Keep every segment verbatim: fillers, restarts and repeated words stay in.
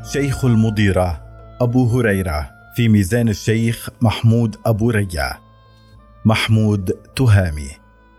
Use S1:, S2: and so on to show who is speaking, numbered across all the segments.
S1: شيخ المضيرة أبو هريرة في ميزان الشيخ محمود أبو ريا. محمود تهامي.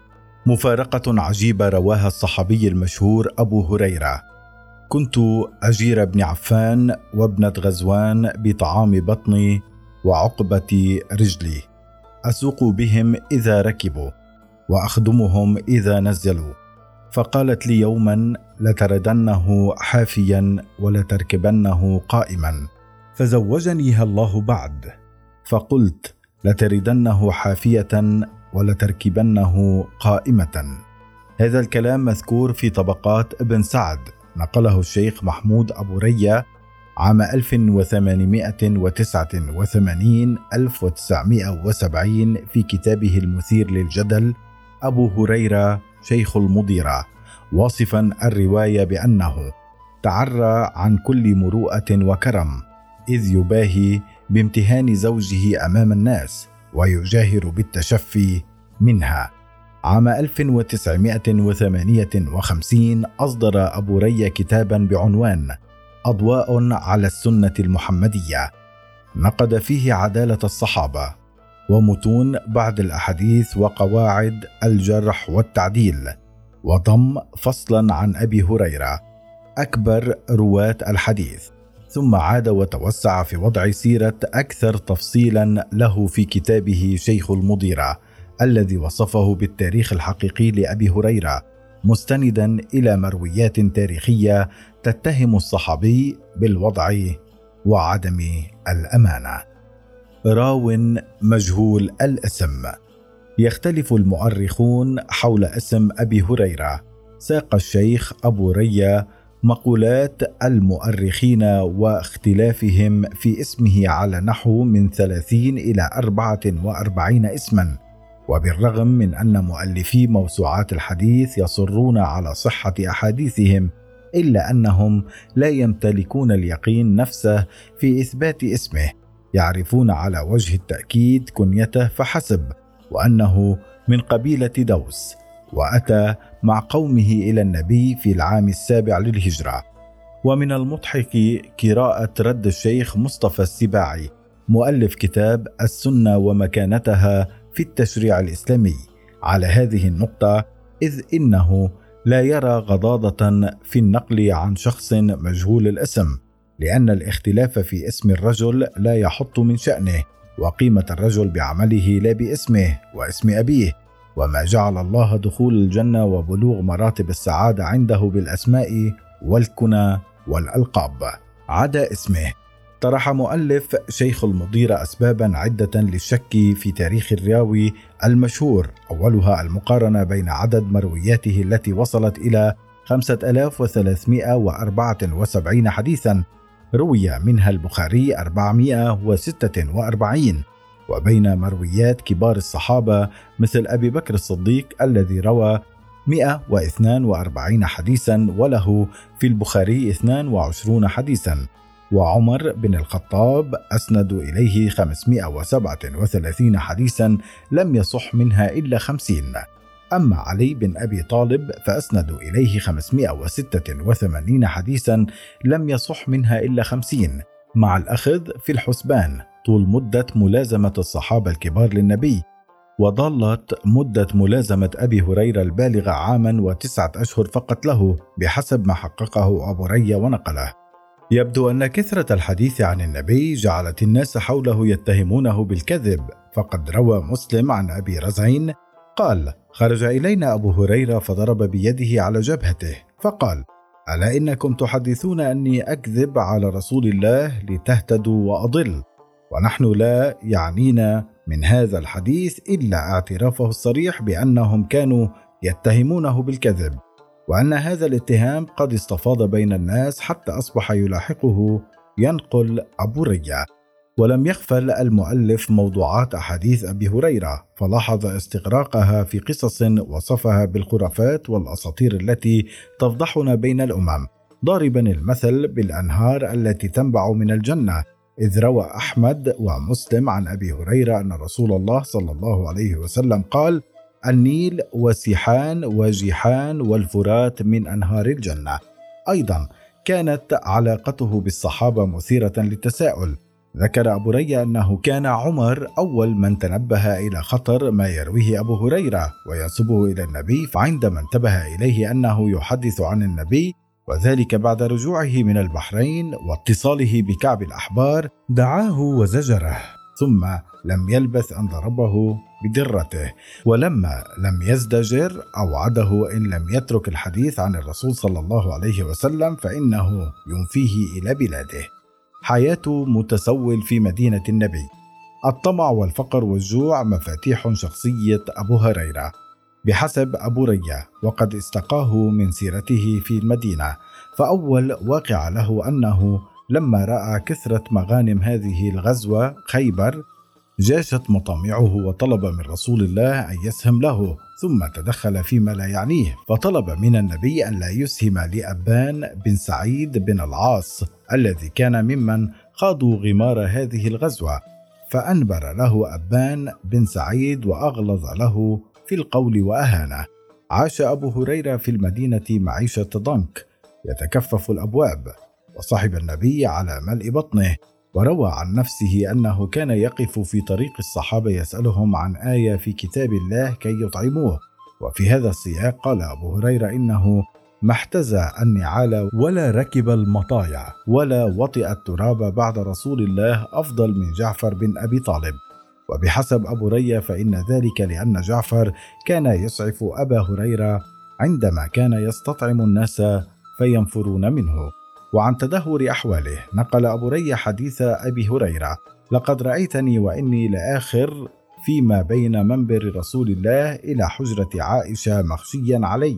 S1: مفارقة عجيبة رواها الصحابي المشهور أبو هريرة: كنت أجير ابن عفان وابنة غزوان بطعام بطني وعقبة رجلي، أسوق بهم إذا ركبوا وأخدمهم إذا نزلوا، فقالت لي يوما: لتردنه حافيا ولتركبنه قائما، فزوجنيها الله بعد، فقلت: لتردنه حافية ولتركبنه قائمة. هذا الكلام مذكور في طبقات ابن سعد، نقله الشيخ محمود أبو ريا عام ألف وثمانمائة وتسعة وثمانين ألف وتسعمائة وسبعين في كتابه المثير للجدل أبو هريرة شيخ المضيرة، واصفا الرواية بأنه تعرى عن كل مروءة وكرم، إذ يباهي بامتهان زوجه أمام الناس ويجاهر بالتشفي منها. عام ألف وتسعمائة وثمانية وخمسين أصدر أبو ريا كتابا بعنوان أضواء على السنة المحمدية، نقد فيه عدالة الصحابة ومتون بعض الأحاديث وقواعد الجرح والتعديل، وضم فصلا عن أبي هريرة أكبر رواة الحديث، ثم عاد وتوسع في وضع سيرة أكثر تفصيلا له في كتابه شيخ المضيرة، الذي وصفه بالتاريخ الحقيقي لأبي هريرة، مستندا إلى مرويات تاريخية تتهم الصحابي بالوضع وعدم الأمانة. راو مجهول الاسم. يختلف المؤرخون حول اسم أبي هريرة. ساق الشيخ أبو ريا مقولات المؤرخين واختلافهم في اسمه على نحو من ثلاثين إلى أربعة وأربعين اسما، وبالرغم من أن مؤلفي موسوعات الحديث يصرون على صحة أحاديثهم، إلا أنهم لا يمتلكون اليقين نفسه في إثبات اسمه، يعرفون على وجه التأكيد كنيته فحسب، وأنه من قبيلة دوس، وأتى مع قومه إلى النبي في العام السابع للهجرة. ومن المضحك قراءة رد الشيخ مصطفى السباعي مؤلف كتاب السنة ومكانتها في التشريع الإسلامي على هذه النقطة، إذ إنه لا يرى غضاضة في النقل عن شخص مجهول الاسم، لأن الاختلاف في اسم الرجل لا يحط من شأنه وقيمة الرجل بعمله لا باسمه واسم أبيه، وما جعل الله دخول الجنة وبلوغ مراتب السعادة عنده بالأسماء والكنى والألقاب عدا اسمه. طرح مؤلف شيخ المضيرة أسبابا عدة للشك في تاريخ الراوي المشهور، أولها المقارنة بين عدد مروياته التي وصلت إلى خمسة آلاف وثلاثمائة وأربعة وسبعين حديثا، روي منها البخاري أربعمائة وستة وأربعين، وبين مرويات كبار الصحابة مثل أبي بكر الصديق الذي روى مئة واثنين وأربعين حديثا وله في البخاري اثنين وعشرين حديثا، وعمر بن الخطاب أسندوا إليه خمسمائة وسبعة وثلاثين حديثا لم يصح منها إلا خمسين. أما علي بن أبي طالب فأسندوا إليه خمسمائة وستة وثمانين حديثا لم يصح منها إلا خمسين، مع الأخذ في الحسبان طول مدة ملازمة الصحابة الكبار للنبي. وظلت مدة ملازمة أبي هريرة البالغة عاما وتسعة أشهر فقط له، بحسب ما حققه أبو ريا ونقله. يبدو أن كثرة الحديث عن النبي جعلت الناس حوله يتهمونه بالكذب، فقد روى مسلم عن أبي رزعين قال: خرج إلينا أبو هريرة فضرب بيده على جبهته فقال: ألا إنكم تحدثون أني أكذب على رسول الله لتهتدوا وأضل؟ ونحن لا يعنينا من هذا الحديث إلا اعترافه الصريح بأنهم كانوا يتهمونه بالكذب، وأن هذا الاتهام قد استفاض بين الناس حتى أصبح يلاحقه. ينقل أبو ريا: ولم يغفل المؤلف موضوعات أحاديث أبي هريرة، فلاحظ استغراقها في قصص وصفها بالخرافات والأساطير التي تفضحنا بين الأمم، ضاربا المثل بالأنهار التي تنبع من الجنة، إذ روى أحمد ومسلم عن أبي هريرة أن رسول الله صلى الله عليه وسلم قال: النيل وسيحان وجيحان والفرات من أنهار الجنة. أيضا كانت علاقته بالصحابة مثيرة للتساؤل. ذكر أبو ريا أنه كان عمر أول من تنبه إلى خطر ما يرويه أبو هريرة وينسبه إلى النبي، فعندما انتبه إليه أنه يحدث عن النبي وذلك بعد رجوعه من البحرين واتصاله بكعب الأحبار دعاه وزجره، ثم لم يلبث أن ضربه بدرته، ولما لم يزدجر أوعده إن لم يترك الحديث عن الرسول صلى الله عليه وسلم فإنه ينفيه إلى بلاده. حياة متسول في مدينة النبي. الطمع والفقر والجوع مفاتيح شخصية أبو هريرة بحسب أبو ريا، وقد استقاه من سيرته في المدينة. فأول واقع له أنه لما رأى كثرة مغانم هذه الغزوة خيبر جاشت مطامعه وطلب من رسول الله أن يسهم له، ثم تدخل فيما لا يعنيه فطلب من النبي أن لا يسهم لأبان بن سعيد بن العاص الذي كان ممن خاضوا غمار هذه الغزوة، فأنبر له أبان بن سعيد وأغلظ له في القول وأهانه. عاش أبو هريرة في المدينة معيشة ضنك يتكفف الأبواب، وصحب النبي على ملء بطنه، وروى عن نفسه أنه كان يقف في طريق الصحابة يسألهم عن آية في كتاب الله كي يطعموه. وفي هذا السياق قال أبو هريرة إنه ما احتزى النعال ولا ركب المطايا ولا وطئ التراب بعد رسول الله أفضل من جعفر بن أبي طالب. وبحسب أبو ريا فإن ذلك لأن جعفر كان يسعف أبا هريرة عندما كان يستطعم الناس فينفرون منه. وعن تدهور أحواله نقل أبو ريا حديث أبي هريرة: لقد رأيتني وإني لآخر فيما بين منبر رسول الله إلى حجرة عائشة مخشيا علي،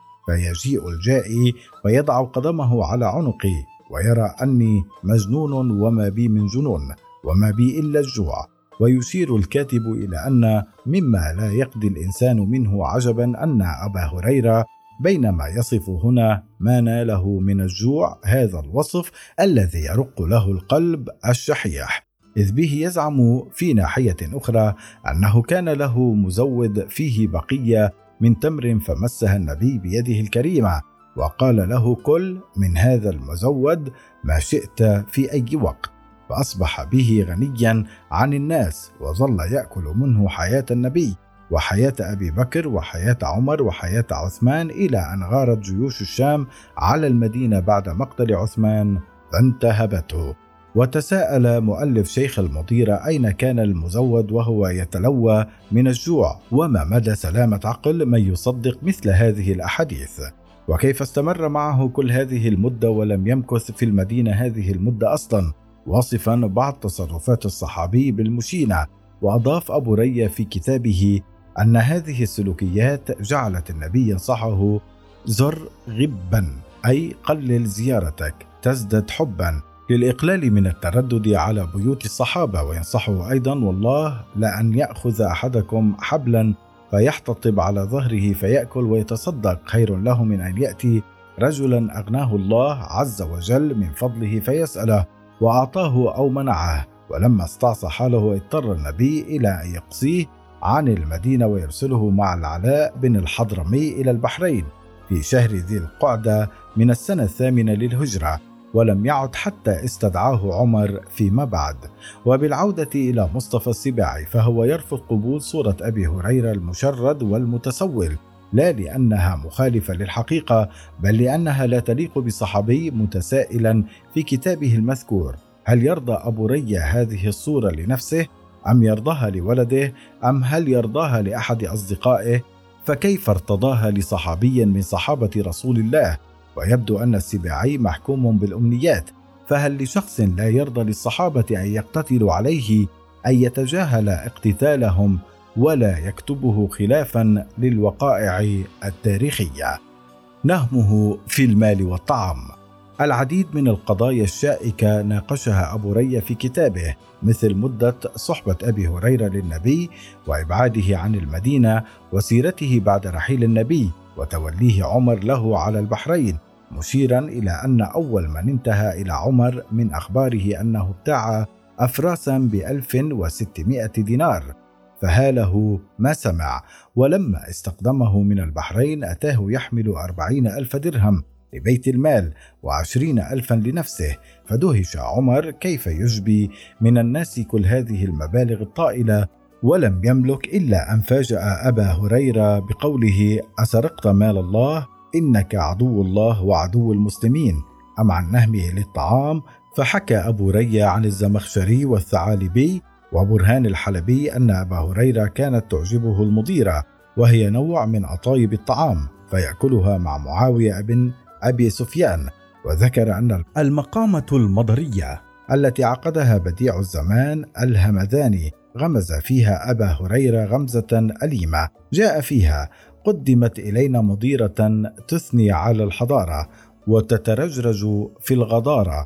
S1: فيجيء الجائي ويضع قدمه على عنقي ويرى أني مجنون وما بي من جنون وما بي إلا الجوع. ويشير الكاتب إلى أن مما لا يقضي الإنسان منه عجبا أن أبا هريرة بينما يصف هنا ما ناله من الجوع هذا الوصف الذي يرق له القلب الشحيح، إذ به يزعم في ناحية أخرى أنه كان له مزود فيه بقية من تمر فمسها النبي بيده الكريمة وقال له: كل من هذا المزود ما شئت في أي وقت، فأصبح به غنيا عن الناس وظل يأكل منه حياة النبي وحياة أبي بكر وحياة عمر وحياة عثمان، إلى أن غارت جيوش الشام على المدينة بعد مقتل عثمان فانتهبته. وتساءل مؤلف شيخ المطيرة أين كان المزود وهو يتلوى من الجوع، وما مدى سلامة عقل من يصدق مثل هذه الأحاديث، وكيف استمر معه كل هذه المدة ولم يمكث في المدينة هذه المدة أصلا، واصفا بعض تصرفات الصحابي بالمشينة. وأضاف أبو ريا في كتابه أن هذه السلوكيات جعلت النبي ينصحه: زر غبا، أي قلل زيارتك تزدد حبا، للإقلال من التردد على بيوت الصحابة. وينصحه أيضا: والله لأن يأخذ أحدكم حبلا فيحتطب على ظهره فيأكل ويتصدق خير له من أن يأتي رجلا أغناه الله عز وجل من فضله فيسأله وأعطاه أو منعه. ولما استعصى حاله اضطر النبي إلى أن يقصيه عن المدينة ويرسله مع العلاء بن الحضرمي إلى البحرين في شهر ذي القعدة من السنة الثامنة للهجرة، ولم يعد حتى استدعاه عمر فيما بعد. وبالعودة إلى مصطفى السباعي فهو يرفض قبول صورة أبي هريرة المشرد والمتسول، لا لأنها مخالفة للحقيقة بل لأنها لا تليق بصحابي، متسائلا في كتابه المذكور: هل يرضى أبو ريا هذه الصورة لنفسه أم يرضاها لولده أم هل يرضاها لأحد أصدقائه؟ فكيف ارتضاها لصحابي من صحابة رسول الله؟ ويبدو أن السباعي محكوم بالأمنيات، فهل لشخص لا يرضى للصحابة أن يقتتلوا عليه أن يتجاهل اقتتالهم ولا يكتبه خلافا للوقائع التاريخية؟ نهمه في المال والطعام. العديد من القضايا الشائكة ناقشها أبو ريا في كتابه، مثل مدة صحبة أبي هريرة للنبي وإبعاده عن المدينة وسيرته بعد رحيل النبي وتوليه عمر له على البحرين، مشيرا إلى أن أول من انتهى إلى عمر من أخباره أنه ابتاع أفراسا بألف وستمائة دينار، فهاله ما سمع. ولما استقدمه من البحرين أتاه يحمل أربعين ألف درهم، لبيت المال وعشرين ألفا لنفسه، فدهش عمر كيف يجبي من الناس كل هذه المبالغ الطائلة، ولم يملك إلا أن فاجأ أبا هريرة بقوله: أسرقت مال الله؟ إنك عدو الله وعدو المسلمين. أم عن نهمه للطعام، فحكى أبو ريا عن الزمخشري والثعالبي وبرهان الحلبي أن أبا هريرة كانت تعجبه المضيرة، وهي نوع من أطايب الطعام، فيأكلها مع معاوية بن أبي سفيان. وذكر أن المقامة المضرية التي عقدها بديع الزمان الهمذاني غمز فيها أبا هريرة غمزة أليمة جاء فيها: قدمت إلينا مضيرة تثني على الحضارة وتترجرج في الغضارة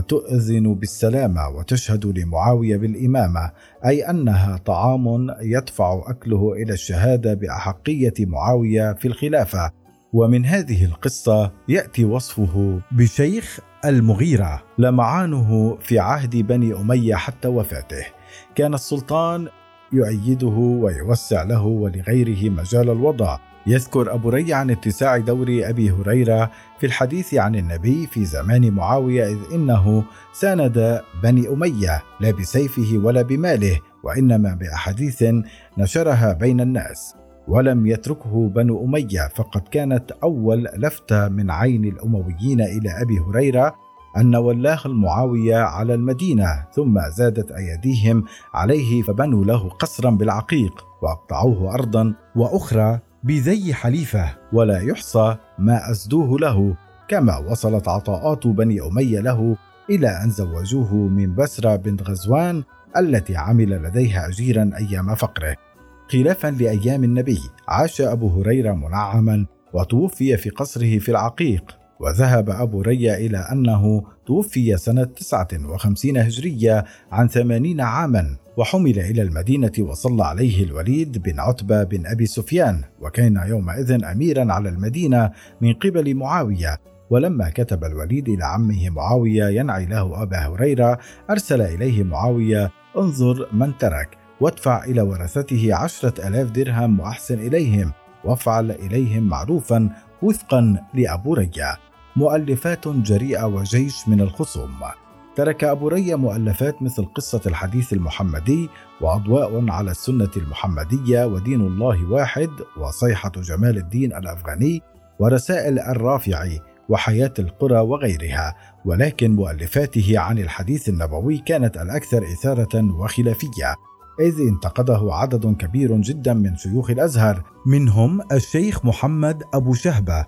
S1: وتؤذن بالسلامة وتشهد لمعاوية بالإمامة، أي أنها طعام يدفع أكله إلى الشهادة بأحقية معاوية في الخلافة. ومن هذه القصة يأتي وصفه بشيخ المغيرة لمعانه في عهد بني أمية حتى وفاته. كان السلطان يؤيده ويوسع له ولغيره مجال الوضع. يذكر أبو ريا عن اتساع دور أبي هريرة في الحديث عن النبي في زمان معاوية، إذ إنه ساند بني أمية لا بسيفه ولا بماله، وإنما بأحاديث نشرها بين الناس، ولم يتركه بنو أمية، فقد كانت أول لفتة من عين الأمويين إلى أبي هريرة أن ولاه المعاوية على المدينة، ثم زادت أيديهم عليه فبنوا له قصرا بالعقيق وأقطعوه أرضا وأخرى بذي حليفة، ولا يحصى ما أسدوه له، كما وصلت عطاءات بني أمية له إلى أن زوجوه من بسرة بنت غزوان التي عمل لديها أجيرا أيام فقره. خلافا لأيام النبي عاش أبو هريرة منعما وتوفي في قصره في العقيق، وذهب أبو ريا إلى أنه توفي سنة تسعة وخمسين هجرية عن ثمانين عاما، وحمل إلى المدينة وصلى عليه الوليد بن عتبة بن أبي سفيان، وكان يومئذ أميرا على المدينة من قبل معاوية. ولما كتب الوليد إلى عمه معاوية ينعي له أبا هريرة، أرسل إليه معاوية: انظر من ترك، وادفع إلى ورثته عشرة ألاف درهم وأحسن إليهم، وافعل إليهم معروفا وفقا لأبو ريا. مؤلفات جريئة وجيش من الخصوم. ترك أبو ريا مؤلفات مثل قصة الحديث المحمدي، وأضواء على السنة المحمدية، ودين الله واحد، وصيحة جمال الدين الأفغاني، ورسائل الرافعي، وحياة القرى وغيرها. ولكن مؤلفاته عن الحديث النبوي كانت الأكثر إثارة وخلافية، إذ انتقده عدد كبير جدا من شيوخ الأزهر، منهم الشيخ محمد أبو شهبة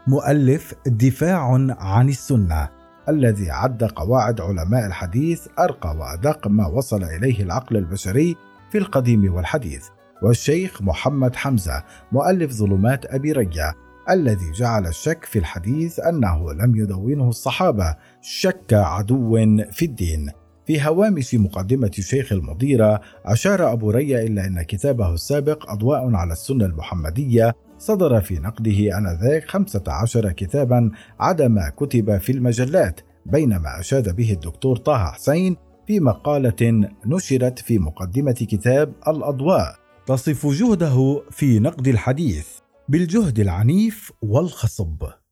S1: مؤلف دفاع عن السنة، الذي عد قواعد علماء الحديث أرقى وأدق ما وصل إليه العقل البشري في القديم والحديث، والشيخ محمد حمزة مؤلف ظلمات أبي ريا، الذي جعل الشك في الحديث أنه لم يدونه الصحابة، شك عدو في الدين. في هوامش مقدمة شيخ المضيرة أشار أبو ريا إلى أن كتابه السابق أضواء على السنة المحمدية صدر في نقده آنذاك خمسة عشر كتابا عدا ما كتب في المجلات، بينما أشاد به الدكتور طه حسين في مقالة نشرت في مقدمة كتاب الأضواء تصف جهده في نقد الحديث بالجهد العنيف والخصب.